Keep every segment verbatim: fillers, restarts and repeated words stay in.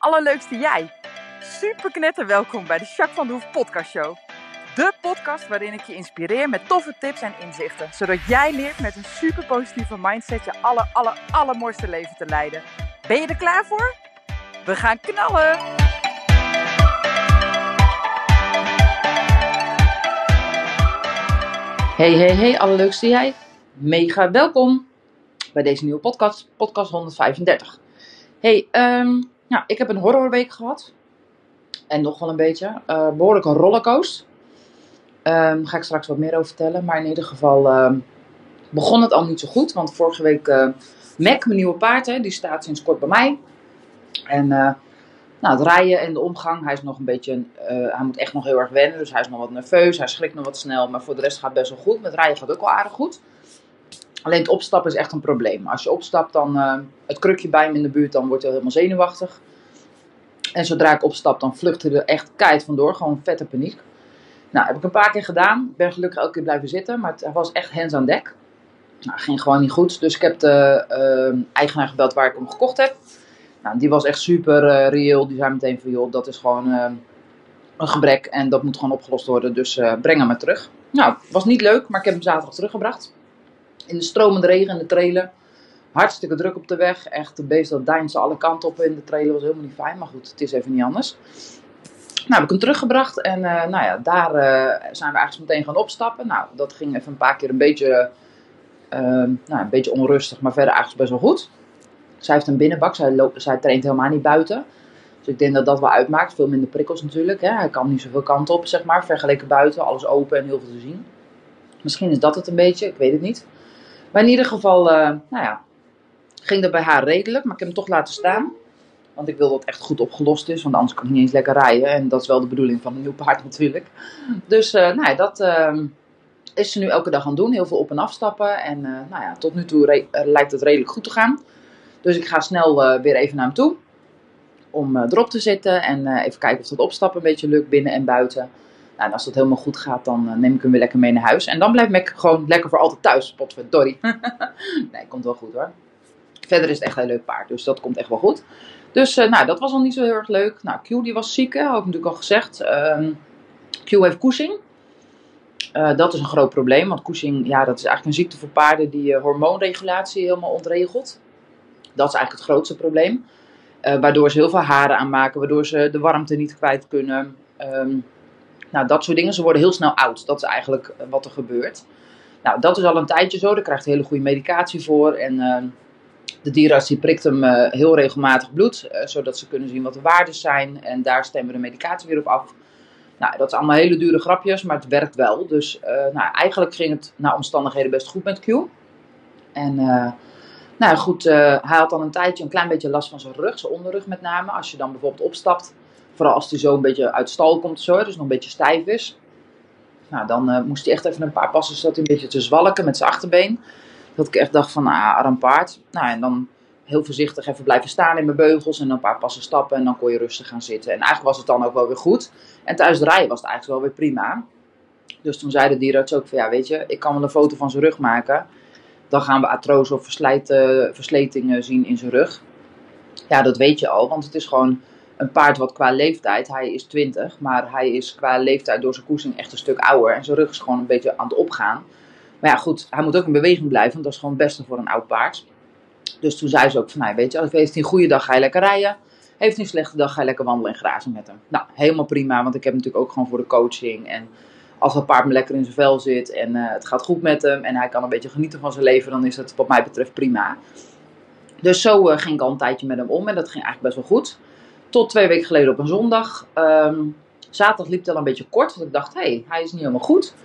allerleukste jij. Super knetter welkom bij de Jacques van de Hoef podcast show. De podcast waarin ik je inspireer met toffe tips en inzichten. Zodat jij leert met een super positieve mindset je aller, aller, allermooiste leven te leiden. Ben je er klaar voor? We gaan knallen! Hey, hey, hey, allerleukste jij. Mega welkom bij deze nieuwe podcast, podcast honderdvijfendertig. Hey, um, nou, ik heb een horrorweek gehad. En nog wel een beetje. Uh, behoorlijk een rollercoaster. Daar um, ga ik straks wat meer over vertellen. Maar in ieder geval uh, begon het al niet zo goed. Want vorige week, uh, Mac, mijn nieuwe paard, hè, die staat sinds kort bij mij. En uh, nou, het rijden en de omgang, hij is nog een beetje, uh, hij moet echt nog heel erg wennen. Dus hij is nog wat nerveus, hij schrikt nog wat snel. Maar voor de rest gaat het best wel goed. Met rijden gaat het ook wel aardig goed. Alleen het opstappen is echt een probleem. Als je opstapt, dan uh, het krukje bij hem in de buurt, dan wordt hij helemaal zenuwachtig. En zodra ik opstap, dan vlucht hij er echt keihard vandoor. Gewoon vette paniek. Nou, heb ik een paar keer gedaan. Ik ben gelukkig elke keer blijven zitten. Maar het was echt hands aan dek. Nou, ging gewoon niet goed. Dus ik heb de uh, eigenaar gebeld waar ik hem gekocht heb. Nou, die was echt super uh, reëel. Die zei meteen van, joh, dat is gewoon uh, een gebrek. En dat moet gewoon opgelost worden. Dus uh, breng hem maar terug. Nou, was niet leuk, maar ik heb hem zaterdag teruggebracht. In de stromende regen in de trailer. Hartstikke druk op de weg. Echt, de beest dat deinsde alle kanten op in de trailer. Was helemaal niet fijn. Maar goed, het is even niet anders. Nou, heb ik hem teruggebracht. En uh, nou ja, daar uh, zijn we eigenlijk meteen gaan opstappen. Nou, dat ging even een paar keer een beetje, uh, nou, een beetje onrustig. Maar verder eigenlijk best wel goed. Zij heeft een binnenbak. Zij, loopt, zij traint helemaal niet buiten. Dus ik denk dat dat wel uitmaakt. Veel minder prikkels natuurlijk. Hè. Hij kan niet zoveel kant op, zeg maar. Vergeleken buiten. Alles open en heel veel te zien. Misschien is dat het een beetje. Ik weet het niet. Maar in ieder geval, uh, nou ja, ging dat bij haar redelijk. Maar ik heb hem toch laten staan. Want ik wil dat het echt goed opgelost is. Want anders kan ik niet eens lekker rijden. En dat is wel de bedoeling van een nieuw paard natuurlijk. Dus uh, nou ja, dat uh, is ze nu elke dag aan het doen. Heel veel op- en afstappen. En uh, nou ja, tot nu toe re- uh, lijkt het redelijk goed te gaan. Dus ik ga snel uh, weer even naar hem toe. Om uh, erop te zitten. En uh, even kijken of dat opstappen een beetje lukt. Binnen en buiten. Nou, en als dat helemaal goed gaat, dan uh, neem ik hem weer lekker mee naar huis. En dan blijft Mac gewoon lekker voor altijd thuis. Potverdorie. Nee, komt wel goed hoor. Verder is het echt een leuk paard. Dus dat komt echt wel goed. Dus uh, nou, dat was al niet zo heel erg leuk. Nou, Q die was ziek, hè, had ik natuurlijk al gezegd. Um, Q heeft Cushing. Uh, dat is een groot probleem. Want Cushing, ja, dat is eigenlijk een ziekte voor paarden die uh, hormoonregulatie helemaal ontregelt. Dat is eigenlijk het grootste probleem. Uh, waardoor ze heel veel haren aanmaken. Waardoor ze de warmte niet kwijt kunnen. Um, nou, dat soort dingen. Ze worden heel snel oud. Dat is eigenlijk uh, wat er gebeurt. Nou, dat is al een tijdje zo. Daar krijgt hij hele goede medicatie voor. En uh, de dierenarts die prikt hem uh, heel regelmatig bloed. Uh, zodat ze kunnen zien wat de waarden zijn. En daar stemmen we de medicatie weer op af. Nou, dat is allemaal hele dure grapjes. Maar het werkt wel. Dus uh, nou, eigenlijk ging het naar omstandigheden best goed met Q. En uh, nou goed, uh, hij had al een tijdje een klein beetje last van zijn rug. Zijn onderrug met name. Als je dan bijvoorbeeld opstapt. Vooral als hij zo een beetje uit stal komt. Zo, dus nog een beetje stijf is. Nou, dan uh, moest hij echt even een paar passen. Zat hij een beetje te zwalken met zijn achterbeen. Dat ik echt dacht van, ah, arm paard. Nou, en dan heel voorzichtig even blijven staan in mijn beugels. En dan een paar passen stappen. En dan kon je rustig gaan zitten. En eigenlijk was het dan ook wel weer goed. En tijdens het rijden was het eigenlijk wel weer prima. Dus toen zei de dierenarts ook van, ja, weet je, ik kan wel een foto van zijn rug maken. Dan gaan we artrose of verslijt, uh, versletingen zien in zijn rug. Ja, dat weet je al. Want het is gewoon een paard wat qua leeftijd, hij is twintig. Maar hij is qua leeftijd door zijn koersing echt een stuk ouder. En zijn rug is gewoon een beetje aan het opgaan. Maar ja, goed, hij moet ook in beweging blijven, want dat is gewoon het beste voor een oud paard. Dus toen zei ze ook van, nou, weet je, als heeft hij een goede dag, ga je lekker rijden. Heeft hij een slechte dag, ga je lekker wandelen en grazen met hem. Nou, helemaal prima, want ik heb natuurlijk ook gewoon voor de coaching. En als het paard me lekker in zijn vel zit en uh, het gaat goed met hem en hij kan een beetje genieten van zijn leven, dan is het wat mij betreft prima. Dus zo uh, ging ik al een tijdje met hem om en dat ging eigenlijk best wel goed. Tot twee weken geleden op een zondag. Um, zaterdag liep het al een beetje kort, want ik dacht, hé, hey, hij is niet helemaal goed.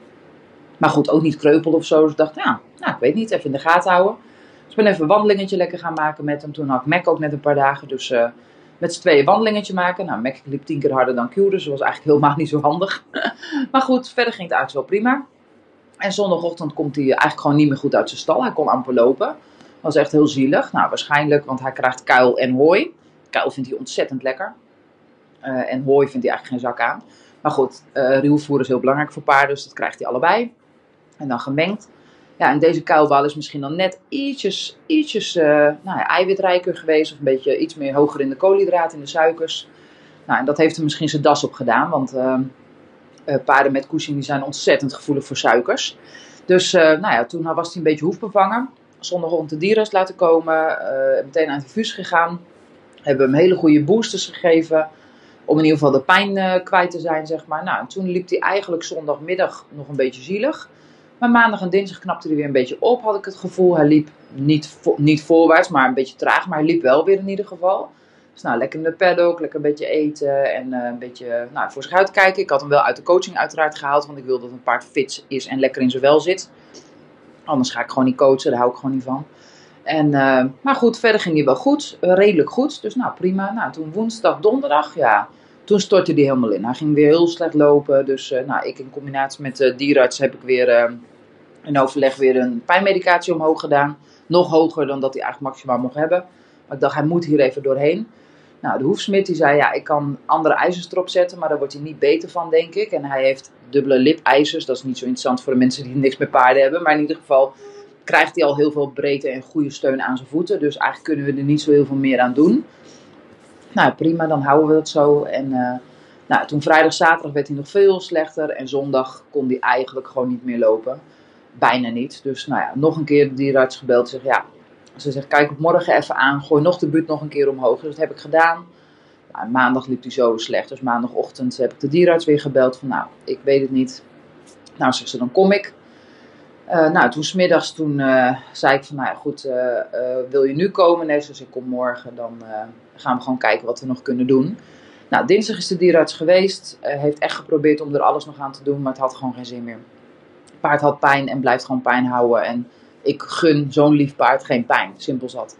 Maar goed, ook niet kreupel of zo. Dus ik dacht, ja, nou, ik weet niet, even in de gaten houden. Dus ik ben even een wandelingetje lekker gaan maken met hem. Toen had ik Mac ook net een paar dagen, dus uh, met z'n tweeën een wandelingetje maken. Nou, Mac liep tien keer harder dan Q, dus dat was eigenlijk helemaal niet zo handig. Maar goed, verder ging het eigenlijk wel prima. En zondagochtend komt hij eigenlijk gewoon niet meer goed uit zijn stal. Hij kon amper lopen. Dat was echt heel zielig. Nou, waarschijnlijk, want hij krijgt kuil en hooi. Kuil vindt hij ontzettend lekker. Uh, en hooi vindt hij eigenlijk geen zak aan. Maar goed, uh, ruwvoer is heel belangrijk voor paarden, dus dat krijgt hij allebei. En dan gemengd. Ja, en deze kuilbal is misschien dan net ietsjes, ietsjes uh, nou ja, eiwitrijker geweest. Of een beetje iets meer hoger in de koolhydraten, in de suikers. Nou, en dat heeft er misschien zijn das op gedaan. Want uh, uh, paarden met Cushing die zijn ontzettend gevoelig voor suikers. Dus uh, nou ja, toen was hij een beetje hoefbevangen. Zondagochtend de dierarts laten komen. Uh, meteen aan het infuus gegaan. Hebben hem hele goede boosters gegeven. Om in ieder geval de pijn uh, kwijt te zijn, zeg maar. Nou, en toen liep hij eigenlijk zondagmiddag nog een beetje zielig. Maar maandag en dinsdag knapte hij weer een beetje op, had ik het gevoel. Hij liep niet, vo- niet voorwaarts, maar een beetje traag. Maar hij liep wel weer in ieder geval. Dus nou, lekker in de paddock, lekker een beetje eten en uh, een beetje nou, voor zich uitkijken. Ik had hem wel uit de coaching uiteraard gehaald, want ik wil dat een paard fit is en lekker in zijn vel zit. Anders ga ik gewoon niet coachen, daar hou ik gewoon niet van. En, uh, maar goed, verder ging hij wel goed, uh, redelijk goed. Dus nou, prima. Nou, toen woensdag, donderdag, ja, toen stortte hij helemaal in. Hij ging weer heel slecht lopen. Dus uh, nou, ik in combinatie met de dierarts heb ik weer uh, in overleg weer een pijnmedicatie omhoog gedaan. Nog hoger dan dat hij eigenlijk maximaal mocht hebben. Maar ik dacht, hij moet hier even doorheen. Nou, de hoefsmid die zei, ja, ik kan andere ijzers erop zetten, maar daar wordt hij niet beter van, denk ik. En hij heeft dubbele lipijzers. Dat is niet zo interessant voor de mensen die niks met paarden hebben. Maar in ieder geval krijgt hij al heel veel breedte en goede steun aan zijn voeten. Dus eigenlijk kunnen we er niet zo heel veel meer aan doen. Nou, prima, dan houden we dat zo. En uh, nou, toen vrijdag, zaterdag werd hij nog veel slechter. En zondag kon hij eigenlijk gewoon niet meer lopen. Bijna niet. Dus nou ja, nog een keer de dierenarts gebeld. Zeg, ja, ze zegt, kijk op morgen even aan. Gooi nog de buut nog een keer omhoog. Dus dat heb ik gedaan. Nou, maandag liep hij zo slecht. Dus maandagochtend heb ik de dierenarts weer gebeld. Van nou, ik weet het niet. Nou, zegt ze, dan kom ik. Uh, nou, toen 's middags toen, uh, zei ik van, nou ja, goed, uh, uh, wil je nu komen? Nee, dus ik kom morgen, dan uh, gaan we gewoon kijken wat we nog kunnen doen. Nou, dinsdag is de dierarts geweest, uh, heeft echt geprobeerd om er alles nog aan te doen, maar het had gewoon geen zin meer. Het paard had pijn en blijft gewoon pijn houden en ik gun zo'n lief paard geen pijn, simpel zat.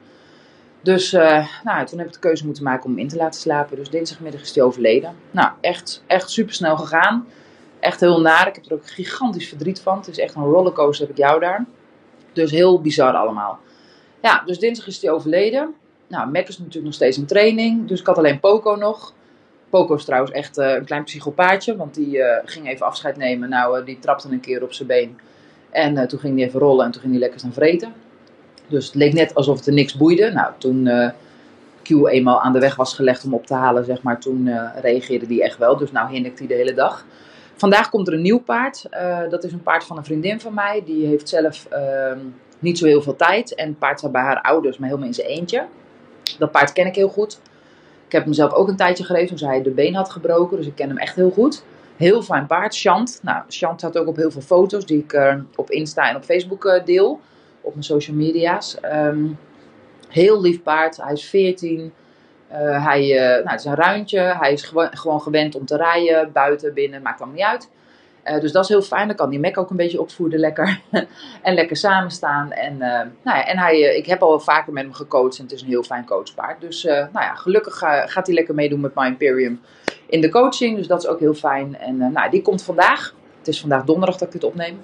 Dus uh, nou, toen heb ik de keuze moeten maken om hem in te laten slapen, dus dinsdagmiddag is hij overleden. Nou, echt, echt super snel gegaan. Echt heel naar. Ik heb er ook gigantisch verdriet van. Het is echt een rollercoaster, heb ik jou daar. Dus heel bizar allemaal. Ja, dus dinsdag is hij overleden. Nou, Mac is natuurlijk nog steeds in training. Dus ik had alleen Poco nog. Poco is trouwens echt uh, een klein psychopaatje. Want die uh, ging even afscheid nemen. Nou, uh, die trapte een keer op zijn been. En uh, toen ging hij even rollen en toen ging hij lekker staan vreten. Dus het leek net alsof het er niks boeide. Nou, toen uh, Q eenmaal aan de weg was gelegd om op te halen, zeg maar. Toen uh, reageerde hij echt wel. Dus nou hinnikt hij de hele dag. Vandaag komt er een nieuw paard. Uh, dat is een paard van een vriendin van mij. Die heeft zelf uh, niet zo heel veel tijd. En het paard staat bij haar ouders, maar helemaal in zijn eentje. Dat paard ken ik heel goed. Ik heb hem zelf ook een tijdje gereden toen hij de been had gebroken. Dus ik ken hem echt heel goed. Heel fijn paard. Chant. Nou, Chant staat ook op heel veel foto's die ik uh, op Insta en op Facebook uh, deel. Op mijn social media's. Um, heel lief paard. Hij is veertien. Uh, hij, uh, nou, het is een ruintje. Hij is gewo- gewoon gewend om te rijden. Buiten, binnen. Maakt allemaal niet uit. Uh, dus dat is heel fijn. Dan kan die Mac ook een beetje opvoeden. Lekker. En lekker samen staan. En, uh, nou ja, en hij, uh, ik heb al vaker met hem gecoacht. En het is een heel fijn coachpaard. Dus uh, nou ja, gelukkig uh, gaat hij lekker meedoen met My Imperium in de coaching. Dus dat is ook heel fijn. En uh, nou, die komt vandaag. Het is vandaag donderdag dat ik dit opneem.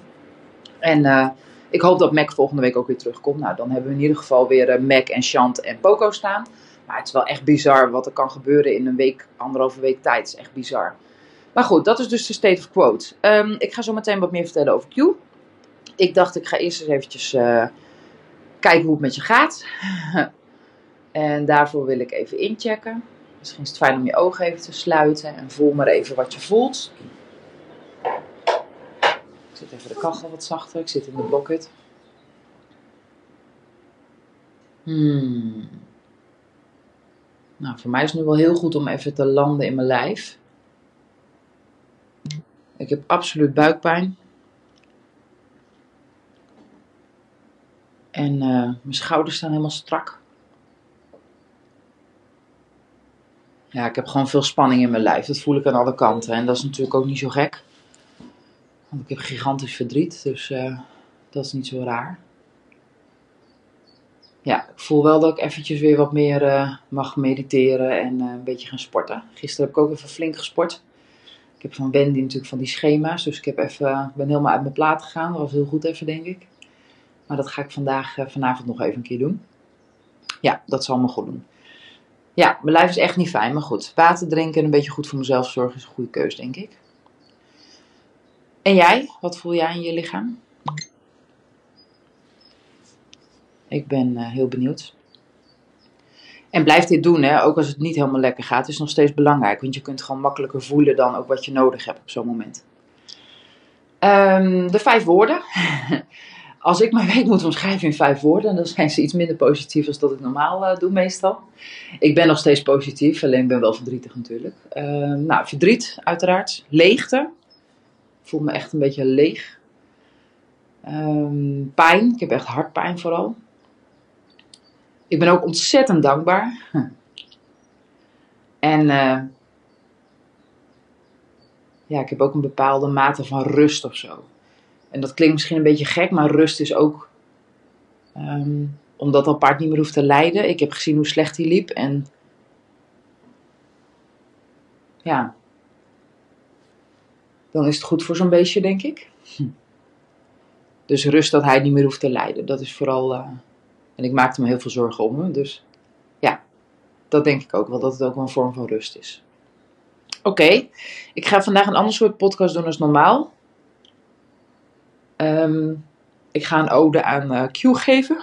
En uh, ik hoop dat Mac volgende week ook weer terugkomt. Nou, dan hebben we in ieder geval weer uh, Mac en Chant en Poco staan. Maar het is wel echt bizar wat er kan gebeuren in een week, anderhalve week tijd. Het is echt bizar. Maar goed, dat is dus de state of quote. Um, ik ga zo meteen wat meer vertellen over Q. Ik dacht, ik ga eerst eens eventjes uh, kijken hoe het met je gaat. En daarvoor wil ik even inchecken. Misschien is het fijn om je ogen even te sluiten. En voel maar even wat je voelt. Ik zet even de kachel wat zachter. Ik zit in de blokhut. Hmm... Nou, voor mij is het nu wel heel goed om even te landen in mijn lijf. Ik heb absoluut buikpijn. En uh, mijn schouders staan helemaal strak. Ja, ik heb gewoon veel spanning in mijn lijf. Dat voel ik aan alle kanten. En dat is natuurlijk ook niet zo gek. Want ik heb gigantisch verdriet. Dus uh, dat is niet zo raar. Ja, ik voel wel dat ik eventjes weer wat meer uh, mag mediteren en uh, een beetje gaan sporten. Gisteren heb ik ook even flink gesport. Ik heb van Wendy natuurlijk van die schema's, dus ik heb even, uh, ben helemaal uit mijn plaat gegaan. Dat was heel goed even, denk ik. Maar dat ga ik vandaag, uh, vanavond nog even een keer doen. Ja, dat zal me goed doen. Ja, mijn lijf is echt niet fijn, maar goed. Water drinken en een beetje goed voor mezelf zorgen is een goede keus, denk ik. En jij? Wat voel jij in je lichaam? Ik ben uh, heel benieuwd. En blijf dit doen, hè? Ook als het niet helemaal lekker gaat. Is nog steeds belangrijk. Want je kunt gewoon makkelijker voelen dan ook wat je nodig hebt op zo'n moment. Um, de vijf woorden. Als ik mijn week moet omschrijven in vijf woorden, dan zijn ze iets minder positief dan dat ik normaal uh, doe meestal. Ik ben nog steeds positief, alleen ben wel verdrietig natuurlijk. Uh, nou, verdriet uiteraard. Leegte. Ik voel me echt een beetje leeg. Um, pijn. Ik heb echt hartpijn vooral. Ik ben ook ontzettend dankbaar. En uh, ja, ik heb ook een bepaalde mate van rust of zo. En dat klinkt misschien een beetje gek, maar rust is ook um, omdat dat paard niet meer hoeft te lijden. Ik heb gezien hoe slecht hij liep en ja, dan is het goed voor zo'n beestje, denk ik. Hm. Dus rust dat hij niet meer hoeft te lijden, dat is vooral, uh, en ik maakte me heel veel zorgen om hem, dus ja, dat denk ik ook wel, dat het ook wel een vorm van rust is. Oké, okay. Ik ga vandaag een ander soort podcast doen als normaal. Um, ik ga een ode aan uh, Q geven.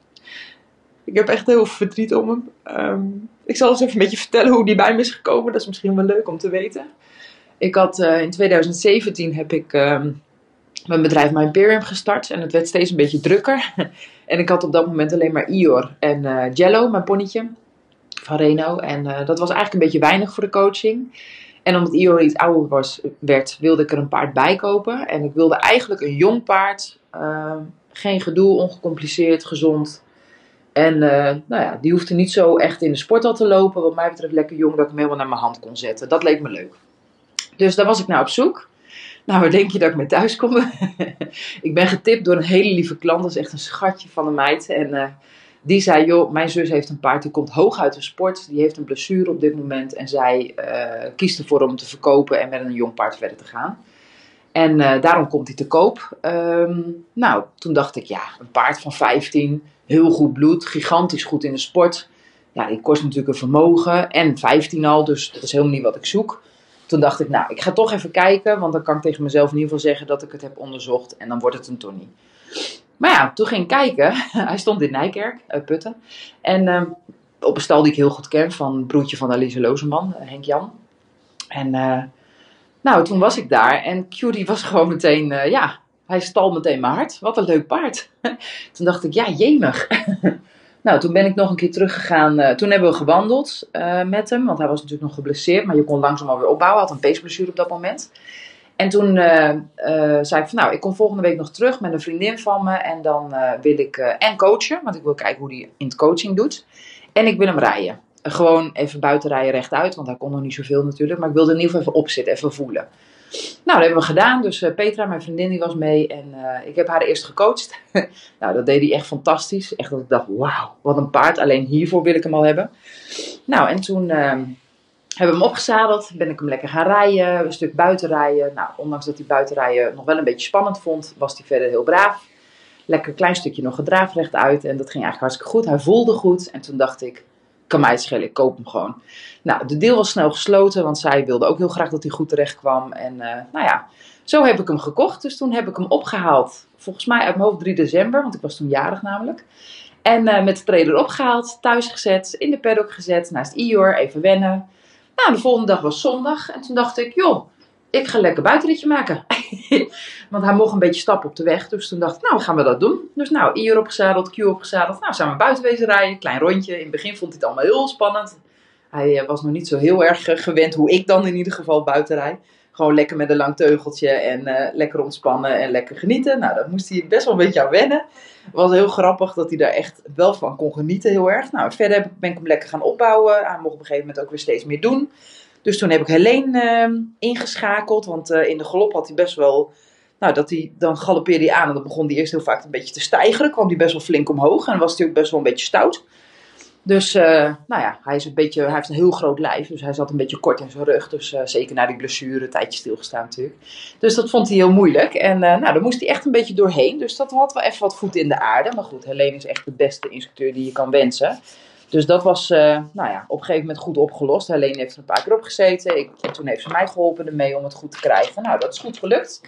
Ik heb echt heel veel verdriet om hem. Um, ik zal eens even een beetje vertellen hoe die bij me is gekomen. Dat is misschien wel leuk om te weten. Ik had uh, in twintig zeventien heb ik um, mijn bedrijf My Imperium gestart. En het werd steeds een beetje drukker. En ik had op dat moment alleen maar Ior en uh, Jello, mijn ponnetje van Reno. En uh, dat was eigenlijk een beetje weinig voor de coaching. En omdat Ior iets ouder was, werd, wilde ik er een paard bij kopen. En ik wilde eigenlijk een jong paard. Uh, geen gedoe, ongecompliceerd, gezond. En uh, nou ja, die hoefde niet zo echt in de sport al te lopen. Wat mij betreft lekker jong, dat ik hem helemaal naar mijn hand kon zetten. Dat leek me leuk. Dus daar was ik nou op zoek. Nou, waar denk je dat ik mee thuis kom? Ik ben getipt door een hele lieve klant. Dat is echt een schatje van een meid. En uh, die zei, joh, mijn zus heeft een paard. Die komt hoog uit de sport. Die heeft een blessure op dit moment. En zij uh, kiest ervoor om te verkopen en met een jong paard verder te gaan. En uh, daarom komt hij te koop. Um, nou, toen dacht ik, ja, een paard van vijftien, heel goed bloed, gigantisch goed in de sport. Ja, die kost natuurlijk een vermogen en vijftien al, dus dat is helemaal niet wat ik zoek. Toen dacht ik, nou, ik ga toch even kijken, want dan kan ik tegen mezelf in ieder geval zeggen dat ik het heb onderzocht en dan wordt het een Tony. Maar ja, toen ging ik kijken. Hij stond in Nijkerk, uit Putten. En uh, op een stal die ik heel goed ken, van het broertje van Alice Lozeman, Henk Jan. En uh, nou, toen was ik daar en Curie was gewoon meteen, uh, ja, hij stal meteen mijn hart. Wat een leuk paard. Toen dacht ik, ja, jemig. Nou, toen ben ik nog een keer teruggegaan. Uh, toen hebben we gewandeld uh, met hem, want hij was natuurlijk nog geblesseerd, maar je kon langzaam alweer opbouwen. Hij had een peesblessure op dat moment. En toen uh, uh, zei ik van, nou, ik kom volgende week nog terug met een vriendin van me. En dan uh, wil ik, uh, en coachen, want ik wil kijken hoe hij in het coaching doet. En ik wil hem rijden. Uh, gewoon even buiten rijden rechtuit, want hij kon nog niet zoveel natuurlijk. Maar ik wilde in ieder geval even opzitten, even voelen. Nou, dat hebben we gedaan. Dus uh, Petra, mijn vriendin, die was mee. En uh, ik heb haar eerst gecoacht. Nou, dat deed hij echt fantastisch. Echt dat ik dacht, wauw, wat een paard. Alleen hiervoor wil ik hem al hebben. Nou, en toen... Uh, Hebben we hem opgezadeld, ben ik hem lekker gaan rijden, een stuk buiten rijden. Nou, ondanks dat hij buiten rijden nog wel een beetje spannend vond, was hij verder heel braaf. Lekker een klein stukje nog gedraaf rechtuit en dat ging eigenlijk hartstikke goed. Hij voelde goed en toen dacht ik, kan mij het schelen, ik koop hem gewoon. Nou, de deal was snel gesloten, want zij wilde ook heel graag dat hij goed terecht kwam. En uh, nou ja, zo heb ik hem gekocht. Dus toen heb ik hem opgehaald, volgens mij uit mijn hoofd drie december, want ik was toen jarig namelijk. En uh, met de trailer opgehaald, thuis gezet, in de paddock gezet, naast Ior, even wennen. Nou, de volgende dag was zondag en toen dacht ik, joh, ik ga een lekker buitenritje maken. Want hij mocht een beetje stappen op de weg, dus toen dacht ik, nou, gaan we dat doen. Dus nou, Ior opgezadeld, Q opgezadeld, nou, zijn we buiten wezen rijden, klein rondje. In het begin vond hij het allemaal heel spannend. Hij uh, was nog niet zo heel erg uh, gewend hoe ik dan in ieder geval buiten rijd. Gewoon lekker met een lang teugeltje en uh, lekker ontspannen en lekker genieten. Nou, daar moest hij best wel een beetje aan wennen. Het was heel grappig dat hij daar echt wel van kon genieten, heel erg. Nou, verder ben ik hem lekker gaan opbouwen. Hij mocht op een gegeven moment ook weer steeds meer doen. Dus toen heb ik Helene uh, ingeschakeld, want uh, in de galop had hij best wel... Nou, dat hij, dan galoppeerde hij aan en dan begon hij eerst heel vaak een beetje te stijgeren. Kwam hij best wel flink omhoog en dan was hij ook best wel een beetje stout. Dus, uh, nou ja, hij, is een beetje, hij heeft een heel groot lijf, dus hij zat een beetje kort in zijn rug. Dus uh, zeker na die blessure, een tijdje stilgestaan natuurlijk. Dus dat vond hij heel moeilijk. En uh, nou, daar moest hij echt een beetje doorheen. Dus dat had wel even wat voet in de aarde. Maar goed, Helene is echt de beste instructeur die je kan wensen. Dus dat was, uh, nou ja, op een gegeven moment goed opgelost. Helene heeft er een paar keer op gezeten. Ik, en toen heeft ze mij geholpen ermee om het goed te krijgen. Nou, dat is goed gelukt.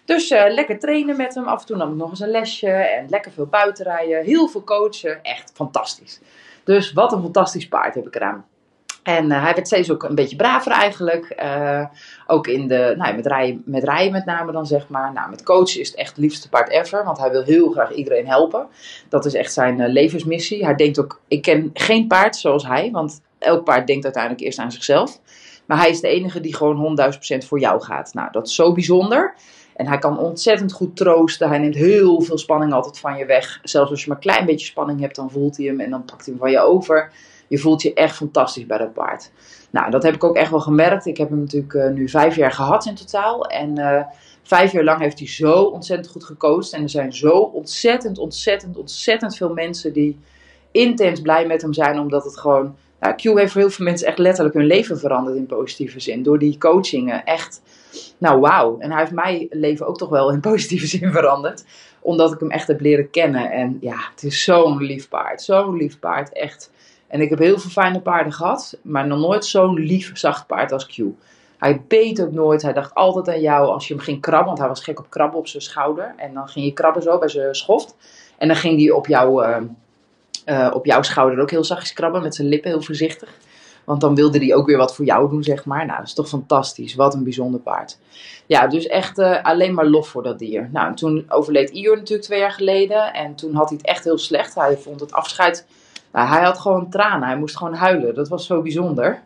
Dus uh, lekker trainen met hem. Af en toe nam ik nog eens een lesje. En lekker veel buitenrijden. Heel veel coachen. Echt fantastisch. Dus wat een fantastisch paard heb ik eraan. En uh, hij werd steeds ook een beetje braver eigenlijk. Uh, ook in de, nou ja, met, rijden, met rijden met name dan zeg maar. Nou, met coachen is het echt het liefste paard ever. Want hij wil heel graag iedereen helpen. Dat is echt zijn uh, levensmissie. Hij denkt ook, ik ken geen paard zoals hij. Want elk paard denkt uiteindelijk eerst aan zichzelf. Maar hij is de enige die gewoon honderdduizend procent voor jou gaat. Nou, dat is zo bijzonder. En hij kan ontzettend goed troosten. Hij neemt heel veel spanning altijd van je weg. Zelfs als je maar een klein beetje spanning hebt, dan voelt hij hem en dan pakt hij hem van je over. Je voelt je echt fantastisch bij dat paard. Nou, dat heb ik ook echt wel gemerkt. Ik heb hem natuurlijk uh, nu vijf jaar gehad in totaal. En uh, vijf jaar lang heeft hij zo ontzettend goed gecoacht. En er zijn zo ontzettend, ontzettend, ontzettend veel mensen die intens blij met hem zijn. Omdat het gewoon... Nou, Q heeft voor heel veel mensen echt letterlijk hun leven veranderd in positieve zin. Door die coachingen. Echt, nou wauw. En hij heeft mijn leven ook toch wel in positieve zin veranderd. Omdat ik hem echt heb leren kennen. En ja, het is zo'n lief paard. Zo'n lief paard, echt. En ik heb heel veel fijne paarden gehad. Maar nog nooit zo'n lief, zacht paard als Q. Hij beet ook nooit. Hij dacht altijd aan jou als je hem ging krabben. Want hij was gek op krabben op zijn schouder. En dan ging je krabben zo bij zijn schoft. En dan ging hij op jou... Uh, Uh, op jouw schouder ook heel zachtjes krabben met zijn lippen, heel voorzichtig. Want dan wilde hij ook weer wat voor jou doen, zeg maar. Nou, dat is toch fantastisch. Wat een bijzonder paard. Ja, dus echt uh, alleen maar lof voor dat dier. Nou, en toen overleed Ior natuurlijk twee jaar geleden. En toen had hij het echt heel slecht. Hij vond het afscheid... Nou, hij had gewoon tranen. Hij moest gewoon huilen. Dat was zo bijzonder.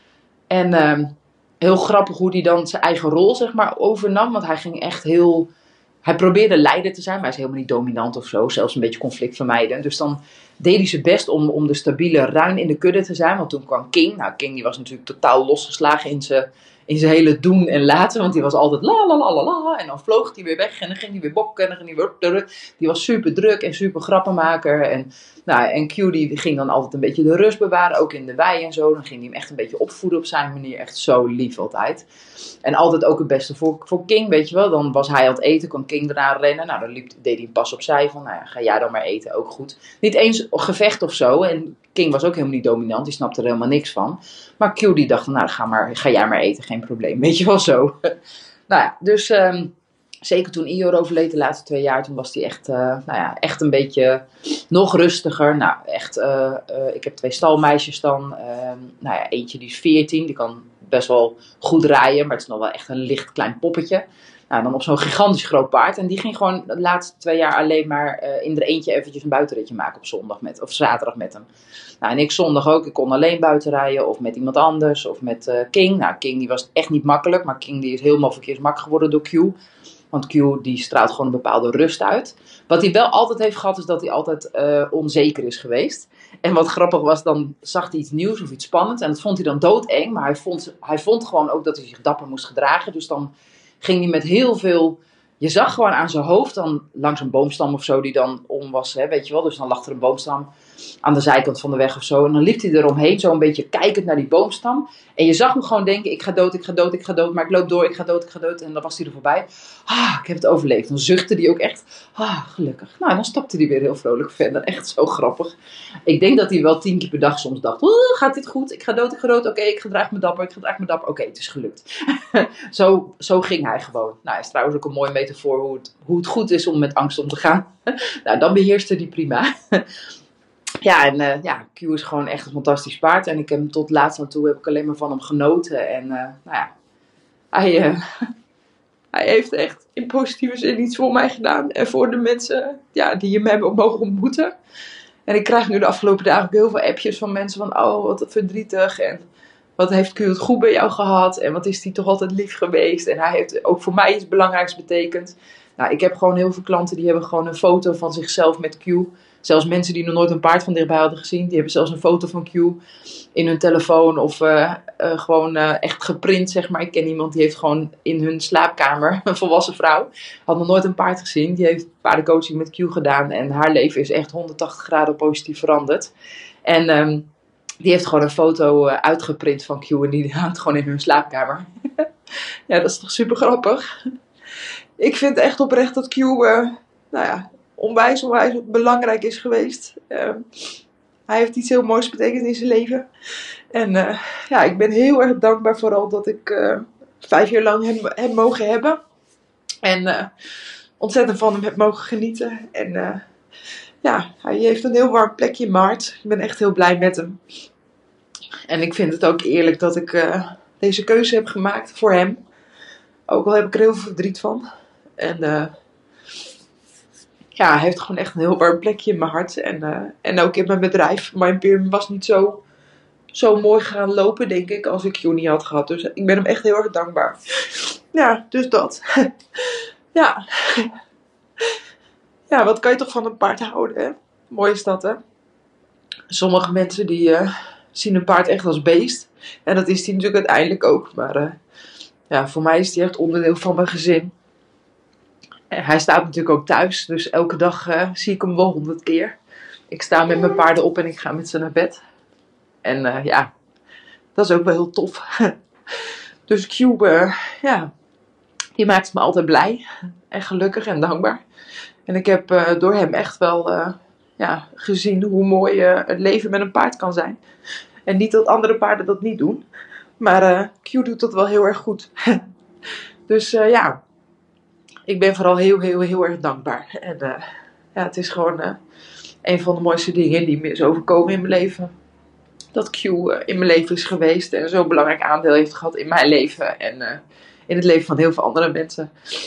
En uh, heel grappig hoe hij dan zijn eigen rol, zeg maar, overnam. Want hij ging echt heel... Hij probeerde leider te zijn, maar hij is helemaal niet dominant of zo. Zelfs een beetje conflict vermijden. Dus dan deed hij zijn best om, om de stabiele ruin in de kudde te zijn. Want toen kwam King. Nou, King die was natuurlijk totaal losgeslagen in zijn, in zijn hele doen en laten. Want die was altijd la la la la la. En dan vloog hij weer weg en dan ging hij weer bokken. En dan ging hij weer... Die was super druk en super grappenmaker. En, nou, en Q die ging dan altijd een beetje de rust bewaren. Ook in de wei en zo. Dan ging hij hem echt een beetje opvoeden op zijn manier. Echt zo lief altijd. En altijd ook het beste voor, voor King, weet je wel. Dan was hij aan het eten, kon King eraan rennen. Nou, dan liep, deed hij een pas opzij van, nou ja, ga jij dan maar eten, ook goed. Niet eens gevecht of zo. En King was ook helemaal niet dominant, die snapte er helemaal niks van. Maar Q die dacht van, nou, ga, maar, ga jij maar eten, geen probleem. Weet je wel zo. Nou ja, dus um, zeker toen Ior overleed de laatste twee jaar, toen was hij echt, uh, nou ja, echt een beetje nog rustiger. Nou, echt, uh, uh, ik heb twee stalmeisjes dan. Uh, nou ja, eentje die is veertien, die kan best wel goed rijden, maar het is nog wel echt een licht klein poppetje. Nou, dan op zo'n gigantisch groot paard. En die ging gewoon de laatste twee jaar alleen maar uh, in er eentje eventjes een buitenritje maken op zondag met, of zaterdag met hem. Nou, en ik zondag ook. Ik kon alleen buiten rijden of met iemand anders of met uh, King. Nou, King die was echt niet makkelijk, maar King die is helemaal verkeersmak geworden door Q. Want Q die straalt gewoon een bepaalde rust uit. Wat hij wel altijd heeft gehad is dat hij altijd uh, onzeker is geweest. En wat grappig was, dan zag hij iets nieuws of iets spannends. En dat vond hij dan doodeng. Maar hij vond, hij vond gewoon ook dat hij zich dapper moest gedragen. Dus dan ging hij met heel veel... Je zag gewoon aan zijn hoofd dan langs een boomstam of zo die dan om was. Hè, weet je wel. Dus dan lag er een boomstam aan de zijkant van de weg of zo. En dan liep hij eromheen zo een beetje kijkend naar die boomstam. En je zag hem gewoon denken, ik ga dood, ik ga dood, ik ga dood. Maar ik loop door, ik ga dood, ik ga dood. En dan was hij er voorbij. Ah, ik heb het overleefd. Dan zuchtte hij ook echt. Ah, gelukkig. Nou, en dan stapte hij weer heel vrolijk verder. Echt zo grappig. Ik denk dat hij wel tien keer per dag soms dacht. Oh, gaat dit goed? Ik ga dood, ik ga dood. Oké, okay, ik gedraag me dapper, ik gedraag me dapper. Oké, okay, het is gelukt. zo, zo ging hij gewoon. Nou, is trouwens ook een mooie metafoor hoe het, hoe het goed is om met angst om te gaan. Nou, dan beheerste hij prima. Ja, en uh, ja, Q is gewoon echt een fantastisch paard. En ik heb hem tot laatst aan toe heb ik alleen maar van hem genoten. En uh, nou ja, hij, uh, hij heeft echt in positieve zin iets voor mij gedaan. En voor de mensen ja, die hem hebben mogen ontmoeten. En ik krijg nu de afgelopen dagen ook heel veel appjes van mensen van... Oh, wat verdrietig. En wat heeft Q het goed bij jou gehad. En wat is hij toch altijd lief geweest. En hij heeft ook voor mij iets belangrijks betekend. Nou, ik heb gewoon heel veel klanten die hebben gewoon een foto van zichzelf met Q. Zelfs mensen die nog nooit een paard van dichtbij hadden gezien. Die hebben zelfs een foto van Q in hun telefoon. Of uh, uh, gewoon uh, echt geprint, zeg maar. Ik ken iemand die heeft gewoon in hun slaapkamer, een volwassen vrouw. Had nog nooit een paard gezien. Die heeft paardencoaching met Q gedaan. En haar leven is echt honderdtachtig graden positief veranderd. En um, die heeft gewoon een foto uh, uitgeprint van Q. En die hangt gewoon in hun slaapkamer. Ja, dat is toch super grappig. Ik vind echt oprecht dat Q, uh, nou ja... onwijs, onwijs belangrijk is geweest. Uh, hij heeft iets heel moois betekend in zijn leven. En uh, ja, ik ben heel erg dankbaar vooral dat ik uh, vijf jaar lang hem, hem mogen hebben. En uh, ontzettend van hem heb mogen genieten. En uh, ja, hij heeft een heel warm plekje in mijn hart. Ik ben echt heel blij met hem. En ik vind het ook eerlijk dat ik uh, deze keuze heb gemaakt voor hem. Ook al heb ik er heel veel verdriet van. En uh, ja, hij heeft gewoon echt een heel warm plekje in mijn hart. En, uh, en ook in mijn bedrijf. My Imperium was niet zo, zo mooi gaan lopen, denk ik, als ik Q niet had gehad. Dus ik ben hem echt heel erg dankbaar. Ja, dus dat. Ja. Ja, wat kan je toch van een paard houden, hè? Mooi is dat, hè? Sommige mensen die uh, zien een paard echt als beest. En dat is hij natuurlijk uiteindelijk ook. Maar uh, ja, voor mij is hij echt onderdeel van mijn gezin. En hij staat natuurlijk ook thuis. Dus elke dag uh, zie ik hem wel honderd keer. Ik sta met mijn paarden op en ik ga met ze naar bed. En uh, ja, dat is ook wel heel tof. Dus Q, uh, ja, die maakt me altijd blij. En gelukkig en dankbaar. En ik heb uh, door hem echt wel uh, ja, gezien hoe mooi uh, het leven met een paard kan zijn. En niet dat andere paarden dat niet doen. Maar uh, Q doet dat wel heel erg goed. Dus uh, ja, ik ben vooral heel, heel, heel erg dankbaar. En uh, ja, het is gewoon uh, een van de mooiste dingen die me is overkomen in mijn leven. Dat Q uh, in mijn leven is geweest en zo'n belangrijk aandeel heeft gehad in mijn leven. En uh, in het leven van heel veel andere mensen.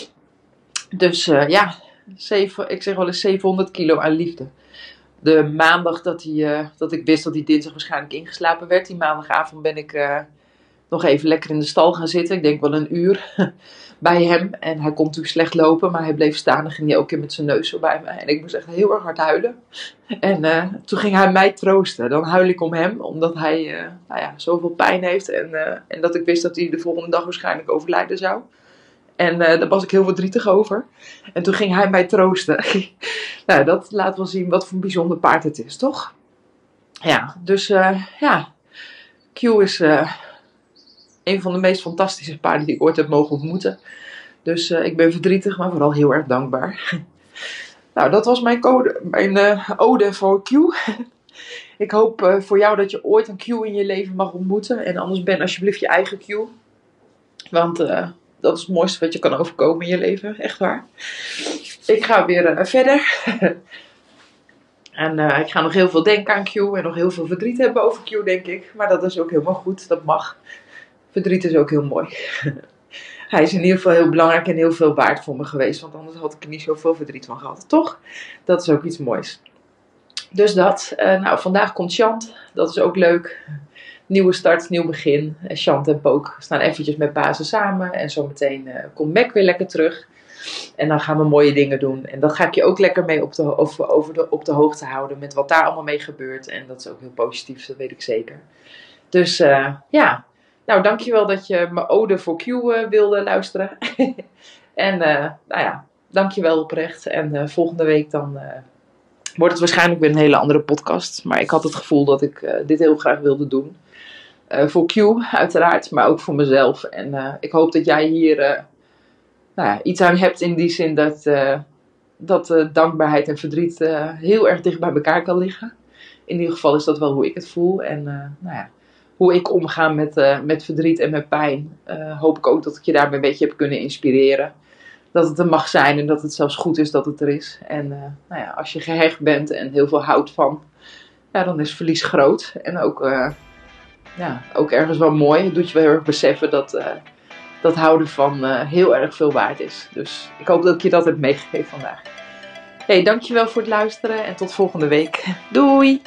Dus uh, ja, zeven, ik zeg wel eens zevenhonderd kilo aan liefde. De maandag dat, hij, uh, dat ik wist dat hij dinsdag waarschijnlijk ingeslapen werd. Die maandagavond ben ik uh, nog even lekker in de stal gaan zitten. Ik denk wel een uur bij hem. En hij kon natuurlijk slecht lopen, maar hij bleef staan. En ging hij ook in met zijn neus zo bij me. En ik moest echt heel erg hard huilen. En uh, toen ging hij mij troosten. Dan huil ik om hem, omdat hij uh, nou ja, zoveel pijn heeft. En, uh, en dat ik wist dat hij de volgende dag waarschijnlijk overlijden zou. En uh, daar was ik heel verdrietig over. En toen ging hij mij troosten. Nou, dat laat wel zien wat voor een bijzonder paard het is, toch? Ja, dus uh, ja. Q is uh, een van de meest fantastische paarden die ik ooit heb mogen ontmoeten. Dus uh, ik ben verdrietig, maar vooral heel erg dankbaar. Nou, dat was mijn, code, mijn uh, ode voor Q. Ik hoop uh, voor jou dat je ooit een Q in je leven mag ontmoeten. En anders ben alsjeblieft je eigen Q. Want uh, dat is het mooiste wat je kan overkomen in je leven. Echt waar. Ik ga weer uh, verder. En uh, ik ga nog heel veel denken aan Q. En nog heel veel verdriet hebben over Q, denk ik. Maar dat is ook helemaal goed. Dat mag. Verdriet is ook heel mooi. Hij is in ieder geval heel belangrijk en heel veel waard voor me geweest. Want anders had ik er niet zoveel verdriet van gehad. Toch? Dat is ook iets moois. Dus dat. Uh, nou, vandaag komt Chant. Dat is ook leuk. Nieuwe start, nieuw begin. Chant en Pook staan eventjes met bazen samen. En zometeen uh, komt Mac weer lekker terug. En dan gaan we mooie dingen doen. En dat ga ik je ook lekker mee op de, over, over de, op de hoogte houden. Met wat daar allemaal mee gebeurt. En dat is ook heel positief, dat weet ik zeker. Dus uh, ja. Nou, dankjewel dat je mijn ode voor Q uh, wilde luisteren. En uh, nou ja, dankjewel oprecht. En uh, volgende week dan uh, wordt het waarschijnlijk weer een hele andere podcast. Maar ik had het gevoel dat ik uh, dit heel graag wilde doen. Uh, voor Q uiteraard, maar ook voor mezelf. En uh, ik hoop dat jij hier uh, nou ja, iets aan hebt in die zin dat, uh, dat uh, dankbaarheid en verdriet uh, heel erg dicht bij elkaar kan liggen. In ieder geval is dat wel hoe ik het voel. En uh, nou ja, hoe ik omga met, uh, met verdriet en met pijn. Uh, hoop ik ook dat ik je daarmee een beetje heb kunnen inspireren. Dat het er mag zijn en dat het zelfs goed is dat het er is. En uh, nou ja, als je gehecht bent en heel veel houdt van, ja, dan is verlies groot. En ook, uh, ja, ook ergens wel mooi. Het doet je wel heel erg beseffen dat, uh, dat houden van uh, heel erg veel waard is. Dus ik hoop dat ik je dat heb meegegeven vandaag. Hey, dankjewel voor het luisteren en tot volgende week. Doei!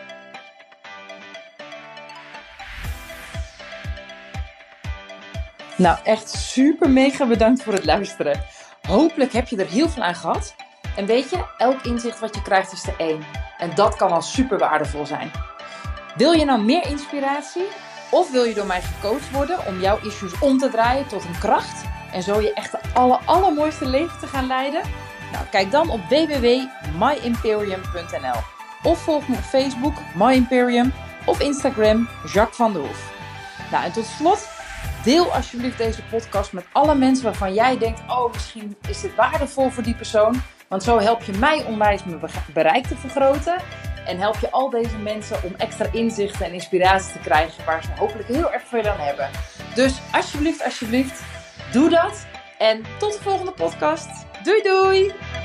Nou, echt super mega bedankt voor het luisteren. Hopelijk heb je er heel veel aan gehad. En weet je, elk inzicht wat je krijgt is er één. En dat kan al super waardevol zijn. Wil je nou meer inspiratie? Of wil je door mij gecoacht worden om jouw issues om te draaien tot een kracht? En zo je echt de aller, allermooiste leven te gaan leiden? Nou, kijk dan op w w w punt my imperium punt n l. Of volg me op Facebook, My Imperium. Of Instagram, Jacques van der Hoef. Nou, en tot slot, deel alsjeblieft deze podcast met alle mensen waarvan jij denkt, oh, misschien is dit waardevol voor die persoon. Want zo help je mij onwijs mijn bereik te vergroten. En help je al deze mensen om extra inzichten en inspiratie te krijgen waar ze hopelijk heel erg veel aan hebben. Dus alsjeblieft, alsjeblieft, doe dat. En tot de volgende podcast. Doei doei!